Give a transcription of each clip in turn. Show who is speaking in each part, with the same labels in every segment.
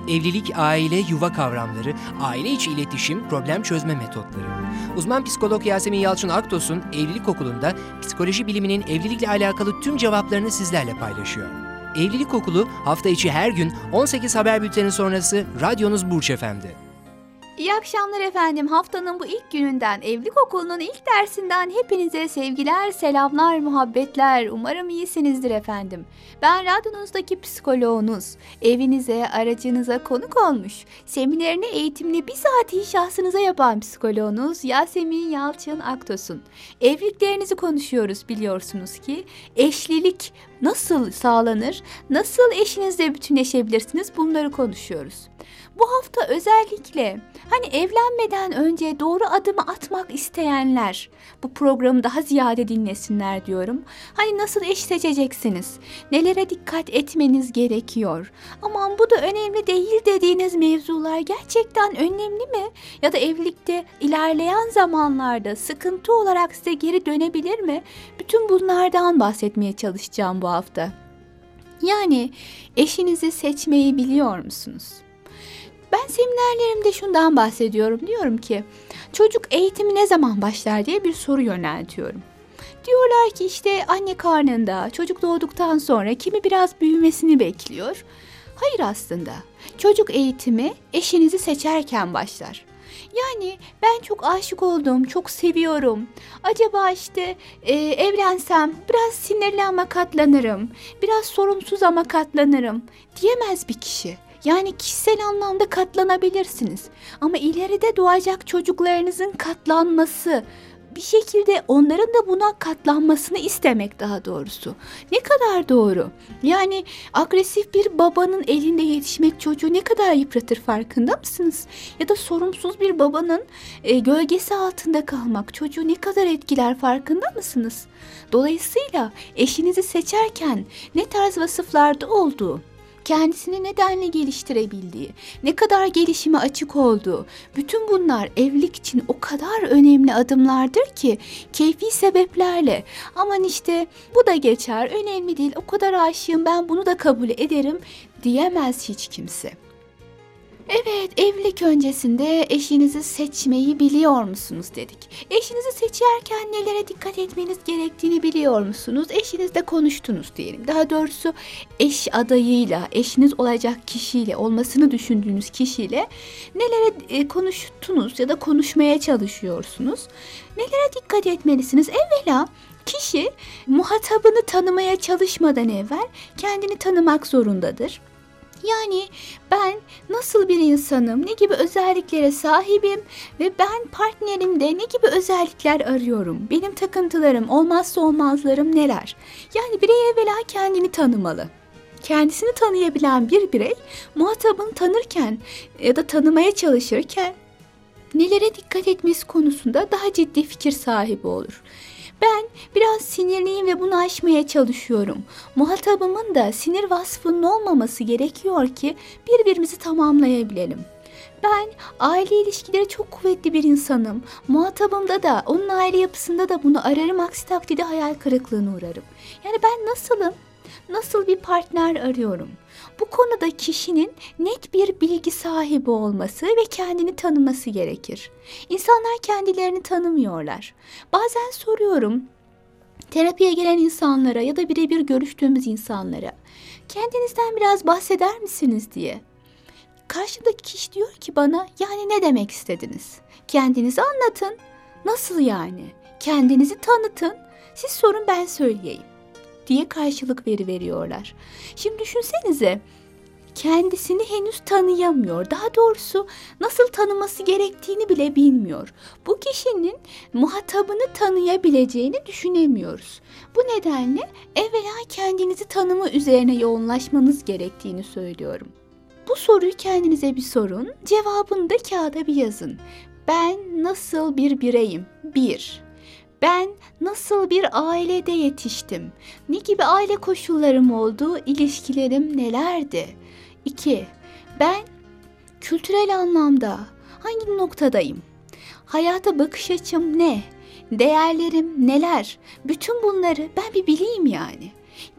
Speaker 1: Evlilik, aile, yuva kavramları, aile içi iletişim, problem çözme metotları. Uzman psikolog Yasemin Yalçın Aktos'un Evlilik Okulu'nda psikoloji biliminin evlilikle alakalı tüm cevaplarını sizlerle paylaşıyor. Evlilik Okulu hafta içi her gün 18 haber bülteni sonrası radyonuz Burç FM'de.
Speaker 2: İyi akşamlar efendim. Haftanın bu ilk gününden, Evlilik Okulu'nun ilk dersinden hepinize sevgiler, selamlar, muhabbetler. Umarım iyisinizdir efendim. Ben radyonuzdaki psikoloğunuz, evinize, aracınıza konuk olmuş, seminerini, eğitimini bizatihi şahsınıza yapan psikoloğunuz Yasemin Yalçın Aktos'un. Evliliklerinizi konuşuyoruz biliyorsunuz ki. Eşlilik nasıl sağlanır, nasıl eşinizle bütünleşebilirsiniz, bunları konuşuyoruz. Bu hafta özellikle evlenmeden önce doğru adımı atmak isteyenler bu programı daha ziyade dinlesinler diyorum. Nasıl eş seçeceksiniz? Nelere dikkat etmeniz gerekiyor? Aman bu da önemli değil dediğiniz mevzular gerçekten önemli mi? Ya da evlilikte ilerleyen zamanlarda sıkıntı olarak size geri dönebilir mi? Bütün bunlardan bahsetmeye çalışacağım bu hafta. Eşinizi seçmeyi biliyor musunuz? Ben seminerlerimde şundan bahsediyorum. Diyorum ki çocuk eğitimi ne zaman başlar diye bir soru yöneltiyorum. Diyorlar ki anne karnında, çocuk doğduktan sonra, kimi biraz büyümesini bekliyor. Hayır, aslında çocuk eğitimi eşinizi seçerken başlar. Ben çok aşık oldum, çok seviyorum. Acaba evlensem biraz sinirli ama katlanırım, biraz sorumsuz ama katlanırım diyemez bir kişi. Kişisel anlamda katlanabilirsiniz. Ama ileride doğacak çocuklarınızın katlanması, bir şekilde onların da buna katlanmasını istemek daha doğrusu. Ne kadar doğru. Agresif bir babanın elinde yetişmek çocuğu ne kadar yıpratır farkında mısınız? Ya da sorumsuz bir babanın gölgesi altında kalmak çocuğu ne kadar etkiler farkında mısınız? Dolayısıyla eşinizi seçerken ne tarz vasıflarda olduğu, kendisini nedenle geliştirebildiği, ne kadar gelişime açık olduğu, bütün bunlar evlilik için o kadar önemli adımlardır ki keyfi sebeplerle aman bu da geçer, önemli değil, o kadar aşığım, ben bunu da kabul ederim diyemez hiç kimse. Evet, evlilik öncesinde eşinizi seçmeyi biliyor musunuz dedik. Eşinizi seçerken nelere dikkat etmeniz gerektiğini biliyor musunuz? Eşinizle konuştunuz diyelim. Daha doğrusu eş adayıyla, eşiniz olacak kişiyle, olmasını düşündüğünüz kişiyle nelere konuştunuz ya da konuşmaya çalışıyorsunuz? Nelere dikkat etmelisiniz? Evvela kişi muhatabını tanımaya çalışmadan evvel kendini tanımak zorundadır. Ben nasıl bir insanım, ne gibi özelliklere sahibim ve ben partnerimde ne gibi özellikler arıyorum? Benim takıntılarım, olmazsa olmazlarım neler? Birey evvela kendini tanımalı. Kendisini tanıyabilen bir birey muhatabını tanırken ya da tanımaya çalışırken nelere dikkat etmesi konusunda daha ciddi fikir sahibi olur. Ben biraz sinirliyim ve bunu aşmaya çalışıyorum. Muhatabımın da sinir vasfının olmaması gerekiyor ki birbirimizi tamamlayabilelim. Ben aile ilişkileri çok kuvvetli bir insanım. Muhatabımda da, onun aile yapısında da bunu ararım. Aksi takdirde hayal kırıklığına uğrarım. Ben nasılım? Nasıl bir partner arıyorum? Bu konuda kişinin net bir bilgi sahibi olması ve kendini tanıması gerekir. İnsanlar kendilerini tanımıyorlar. Bazen soruyorum terapiye gelen insanlara ya da birebir görüştüğümüz insanlara, kendinizden biraz bahseder misiniz diye. Karşımdaki kişi diyor ki bana, ne demek istediniz? Kendinizi anlatın. Nasıl yani? Kendinizi tanıtın. Siz sorun, ben söyleyeyim diye karşılık veriyorlar. Şimdi düşünsenize, kendisini henüz tanıyamıyor. Daha doğrusu nasıl tanıması gerektiğini bile bilmiyor. Bu kişinin muhatabını tanıyabileceğini düşünemiyoruz. Bu nedenle evvela kendinizi tanıma üzerine yoğunlaşmanız gerektiğini söylüyorum. Bu soruyu kendinize bir sorun, cevabını da kağıda bir yazın. Ben nasıl bir bireyim? 1. Ben nasıl bir ailede yetiştim? Ne gibi aile koşullarım oldu? İlişkilerim nelerdi? 2. Ben kültürel anlamda hangi noktadayım? Hayata bakış açım ne? Değerlerim neler? Bütün bunları ben bir bileyim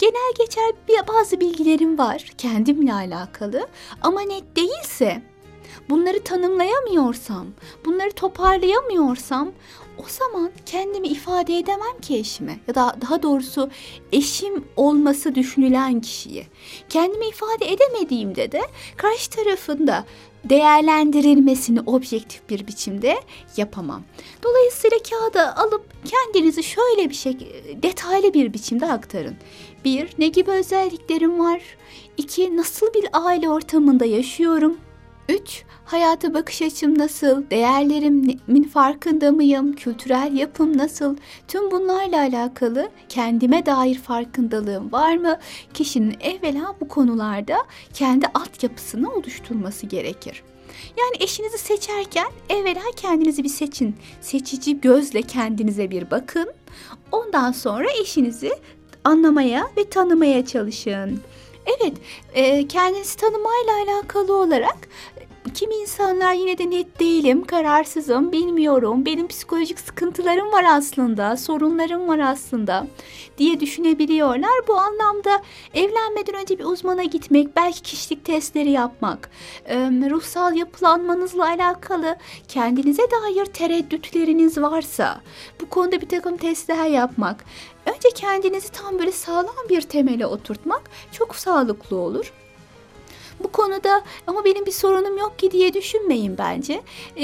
Speaker 2: genel geçer bazı bilgilerim var kendimle alakalı ama net değilse, bunları tanımlayamıyorsam, bunları toparlayamıyorsam o zaman kendimi ifade edemem ki eşime ya da daha doğrusu eşim olması düşünülen kişiye. Kendimi ifade edemediğimde de karşı tarafında değerlendirilmesini objektif bir biçimde yapamam. Dolayısıyla kağıda alıp kendinizi şöyle detaylı bir biçimde aktarın. 1. Ne gibi özelliklerim var? 2. Nasıl bir aile ortamında yaşıyorum? 3. Hayata bakış açım nasıl? Değerlerimin farkında mıyım? Kültürel yapım nasıl? Tüm bunlarla alakalı kendime dair farkındalığım var mı? Kişinin evvela bu konularda kendi altyapısını oluşturması gerekir. Yani eşinizi seçerken evvela kendinizi bir seçin. Seçici gözle kendinize bir bakın. Ondan sonra eşinizi anlamaya ve tanımaya çalışın. Evet, kendinizi tanımayla alakalı olarak kimi insanlar yine de net değilim, kararsızım, bilmiyorum, benim psikolojik sıkıntılarım var aslında, sorunlarım var aslında diye düşünebiliyorlar. Bu anlamda evlenmeden önce bir uzmana gitmek, belki kişilik testleri yapmak, ruhsal yapılanmanızla alakalı kendinize dair tereddütleriniz varsa bu konuda bir takım testler yapmak, önce kendinizi tam böyle sağlam bir temele oturtmak çok sağlıklı olur. Bu konuda ama benim bir sorunum yok ki diye düşünmeyin bence.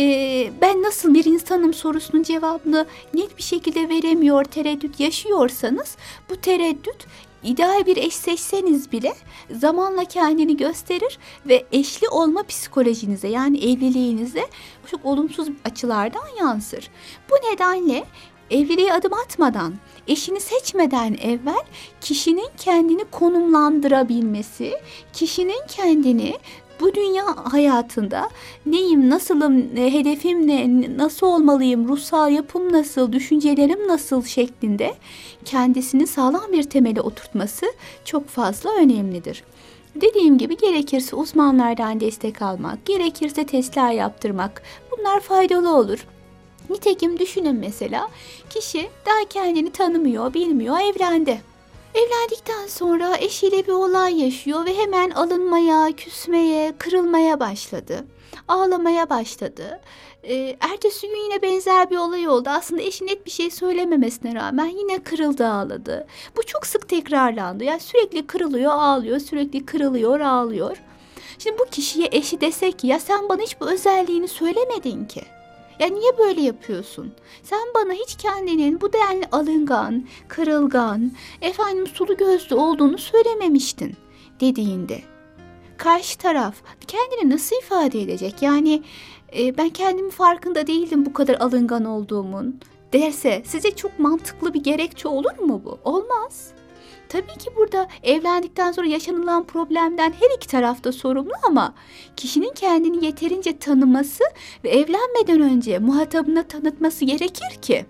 Speaker 2: Ben nasıl bir insanım sorusunun cevabını net bir şekilde veremiyor, tereddüt yaşıyorsanız bu tereddüt ideal bir eş seçseniz bile zamanla kendini gösterir ve eşli olma psikolojinize yani evliliğinize çok olumsuz açılardan yansır. Bu nedenle evliliğe adım atmadan, eşini seçmeden evvel kişinin kendini konumlandırabilmesi, kişinin kendini bu dünya hayatında neyim, nasılım, hedefim ne, nasıl olmalıyım, ruhsal yapım nasıl, düşüncelerim nasıl şeklinde kendisini sağlam bir temele oturtması çok fazla önemlidir. Dediğim gibi gerekirse uzmanlardan destek almak, gerekirse testler yaptırmak bunlar faydalı olur. Nitekim düşünün mesela kişi daha kendini tanımıyor, bilmiyor, evlendi. Evlendikten sonra eşiyle bir olay yaşıyor ve hemen alınmaya, küsmeye, kırılmaya başladı. Ağlamaya başladı. Ertesi gün yine benzer bir olay oldu. Aslında eşi net bir şey söylememesine rağmen yine kırıldı, ağladı. Bu çok sık tekrarlandı. Yani sürekli kırılıyor, ağlıyor, sürekli kırılıyor, ağlıyor. Şimdi bu kişiye eşi desek ki ya sen bana hiç bu özelliğini söylemedin ki. Ya niye böyle yapıyorsun? Sen bana hiç kendinin bu denli alıngan, kırılgan, sulu gözlü olduğunu söylememiştin dediğinde. Karşı taraf kendini nasıl ifade edecek? Yani ben kendimin farkında değildim bu kadar alıngan olduğumun derse size çok mantıklı bir gerekçe olur mu bu? Olmaz. Tabii ki burada evlendikten sonra yaşanılan problemden her iki taraf da sorumlu ama kişinin kendini yeterince tanıması ve evlenmeden önce muhatabına tanıtması gerekir ki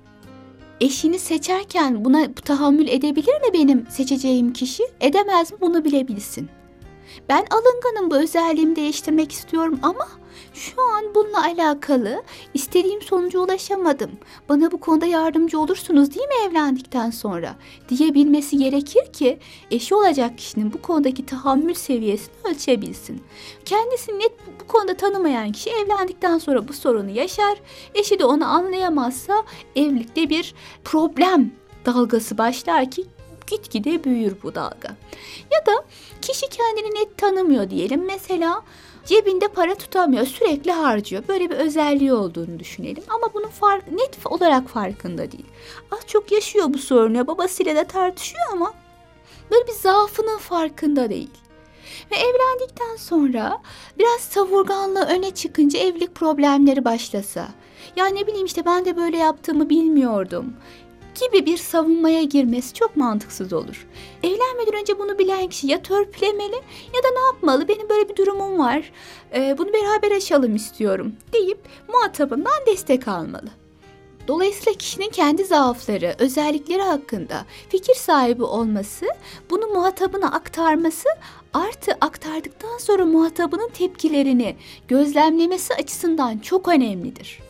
Speaker 2: eşini seçerken buna tahammül edebilir mi benim seçeceğim kişi? Edemez mi bunu bilebilsin. Ben alınganım, bu özelliğimi değiştirmek istiyorum ama şu an bununla alakalı istediğim sonuca ulaşamadım. Bana bu konuda yardımcı olursunuz değil mi evlendikten sonra diyebilmesi gerekir ki eşi olacak kişinin bu konudaki tahammül seviyesini ölçebilsin. Kendisini net bu konuda tanımayan kişi evlendikten sonra bu sorunu yaşar. Eşi de onu anlayamazsa evlilikte bir problem dalgası başlar ki gitgide büyür bu dalga. Ya da kişi kendini net tanımıyor diyelim. Mesela cebinde para tutamıyor, sürekli harcıyor. Böyle bir özelliği olduğunu düşünelim. Ama bunun net olarak farkında değil. Az çok yaşıyor bu sorunu. Babasıyla da tartışıyor ama böyle bir zaafının farkında değil. Ve evlendikten sonra biraz savurganlığı öne çıkınca evlilik problemleri başlasa. Ya ne bileyim işte ben de böyle yaptığımı bilmiyordum gibi bir savunmaya girmesi çok mantıksız olur. Evlenmeden önce bunu bilen kişi ya törpülemeli ya da ne yapmalı? Benim böyle bir durumum var. Bunu beraber aşalım istiyorum deyip muhatabından destek almalı. Dolayısıyla kişinin kendi zaafları, özellikleri hakkında fikir sahibi olması, bunu muhatabına aktarması artı aktardıktan sonra muhatabının tepkilerini gözlemlemesi açısından çok önemlidir.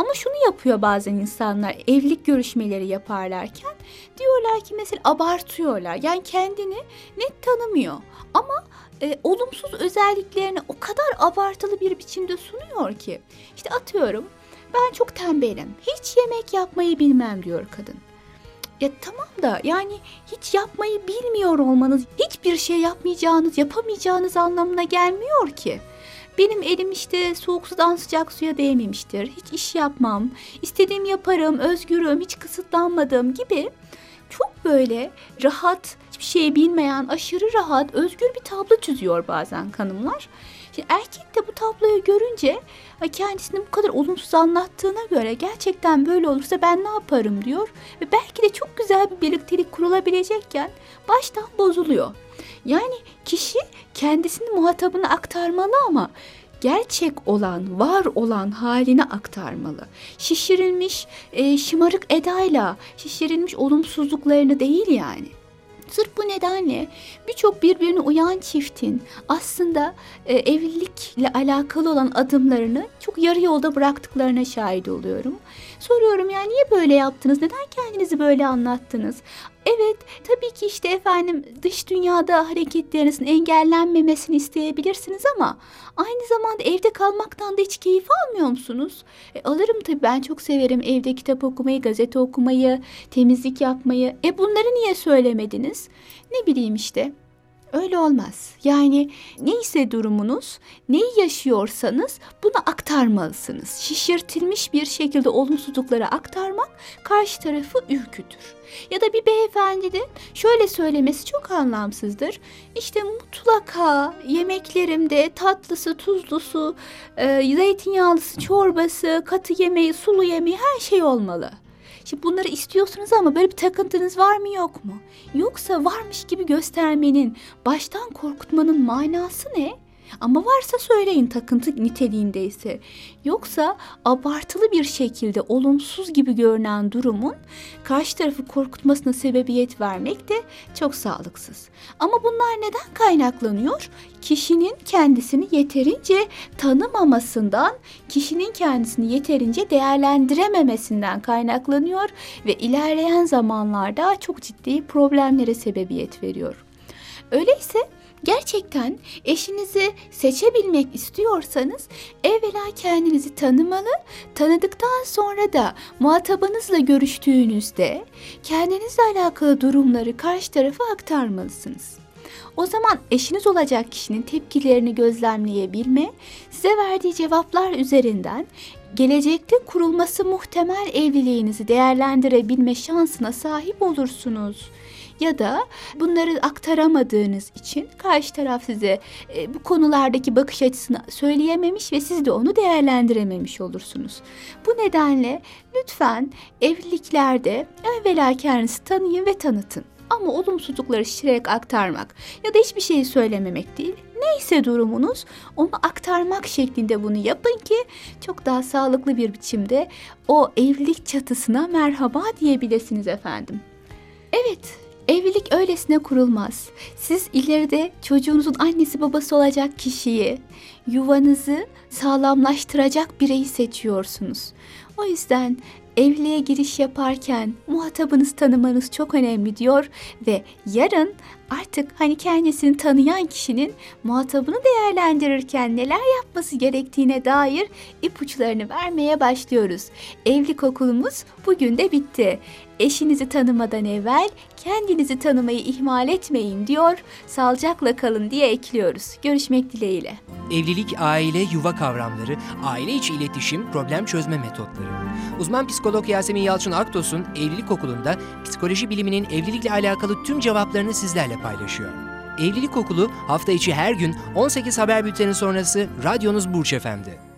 Speaker 2: Ama şunu yapıyor bazen insanlar evlilik görüşmeleri yaparlarken, diyorlar ki mesela abartıyorlar. Yani kendini net tanımıyor ama olumsuz özelliklerini o kadar abartılı bir biçimde sunuyor ki. İşte atıyorum, ben çok tembelim, hiç yemek yapmayı bilmem diyor kadın. Ya tamam da yani hiç yapmayı bilmiyor olmanız hiçbir şey yapmayacağınız, yapamayacağınız anlamına gelmiyor ki. Benim elim işte soğuk sudan sıcak suya değmemiştir. Hiç iş yapmam, istediğimi yaparım, özgürüm, hiç kısıtlanmadım gibi çok böyle rahat, hiçbir şey bilmeyen, aşırı rahat, özgür bir tablo çiziyor bazen hanımlar. Şimdi erkek de bu tabloyu görünce kendisini bu kadar olumsuz anlattığına göre gerçekten böyle olursa ben ne yaparım diyor. Ve belki de çok güzel bir birliktelik kurulabilecekken baştan bozuluyor. Yani kişi kendisini muhatabına aktarmalı ama gerçek olan, var olan haline aktarmalı. Şişirilmiş, şımarık edayla şişirilmiş olumsuzluklarını değil yani. Sırf bu nedenle birçok birbirine uyan çiftin aslında evlilikle alakalı olan adımlarını çok yarı yolda bıraktıklarına şahit oluyorum. Soruyorum, yani niye böyle yaptınız? Neden kendinizi böyle anlattınız? Evet, tabii ki işte efendim dış dünyada hareketlerinizin engellenmemesini isteyebilirsiniz ama aynı zamanda evde kalmaktan da hiç keyif almıyor musunuz? Alırım tabii, ben çok severim evde kitap okumayı, gazete okumayı, temizlik yapmayı. Bunları niye söylemediniz? Ne bileyim işte. Öyle olmaz. Yani neyse durumunuz, neyi yaşıyorsanız bunu aktarmalısınız. Şişirtilmiş bir şekilde olumsuzlukları aktarmak karşı tarafı ürkütür. Ya da bir beyefendi de şöyle söylemesi çok anlamsızdır. İşte mutlaka yemeklerimde tatlısı, tuzlusu, zeytinyağlısı, çorbası, katı yemeği, sulu yemeği her şey olmalı. Şimdi bunları istiyorsunuz ama böyle bir takıntınız var mı yok mu? Yoksa varmış gibi göstermenin, baştan korkutmanın manası ne? Ama varsa söyleyin, takıntı niteliğindeyse. Yoksa abartılı bir şekilde olumsuz gibi görünen durumun karşı tarafı korkutmasına sebebiyet vermek de çok sağlıksız. Ama bunlar neden kaynaklanıyor? Kişinin kendisini yeterince tanımamasından, kişinin kendisini yeterince değerlendirememesinden kaynaklanıyor ve ilerleyen zamanlarda çok ciddi problemlere sebebiyet veriyor. Öyleyse gerçekten eşinizi seçebilmek istiyorsanız evvela kendinizi tanımalı, tanıdıktan sonra da muhatabınızla görüştüğünüzde kendinizle alakalı durumları karşı tarafa aktarmalısınız. O zaman eşiniz olacak kişinin tepkilerini gözlemleyebilme, size verdiği cevaplar üzerinden gelecekte kurulması muhtemel evliliğinizi değerlendirebilme şansına sahip olursunuz. Ya da bunları aktaramadığınız için karşı taraf size bu konulardaki bakış açısını söyleyememiş ve siz de onu değerlendirememiş olursunuz. Bu nedenle lütfen evliliklerde evvela kendinizi tanıyın ve tanıtın. Ama olumsuzlukları şişirerek aktarmak ya da hiçbir şey söylememek değil. Neyse durumunuz, onu aktarmak şeklinde bunu yapın ki çok daha sağlıklı bir biçimde o evlilik çatısına merhaba diyebilirsiniz efendim. Evet, evlilik öylesine kurulmaz. Siz ileride çocuğunuzun annesi babası olacak kişiyi, yuvanızı sağlamlaştıracak bireyi seçiyorsunuz. O yüzden evliliğe giriş yaparken muhatabınızı tanımanız çok önemli diyor ve yarın artık kendisini tanıyan kişinin muhatabını değerlendirirken neler yapması gerektiğine dair ipuçlarını vermeye başlıyoruz. Evlilik okulumuz bugün de bitti. Eşinizi tanımadan evvel kendinizi tanımayı ihmal etmeyin diyor. Sağlıcakla kalın diye ekliyoruz. Görüşmek dileğiyle.
Speaker 1: Evlilik, aile, yuva kavramları, aile içi iletişim, problem çözme metotları. Uzman psikolog Yasemin Yalçın Aktos'un Evlilik Okulu'nda psikoloji biliminin evlilikle alakalı tüm cevaplarını sizlerle paylaşıyor. Evlilik Okulu hafta içi her gün 18 haber bülteni sonrası radyonuz Burç FM'de.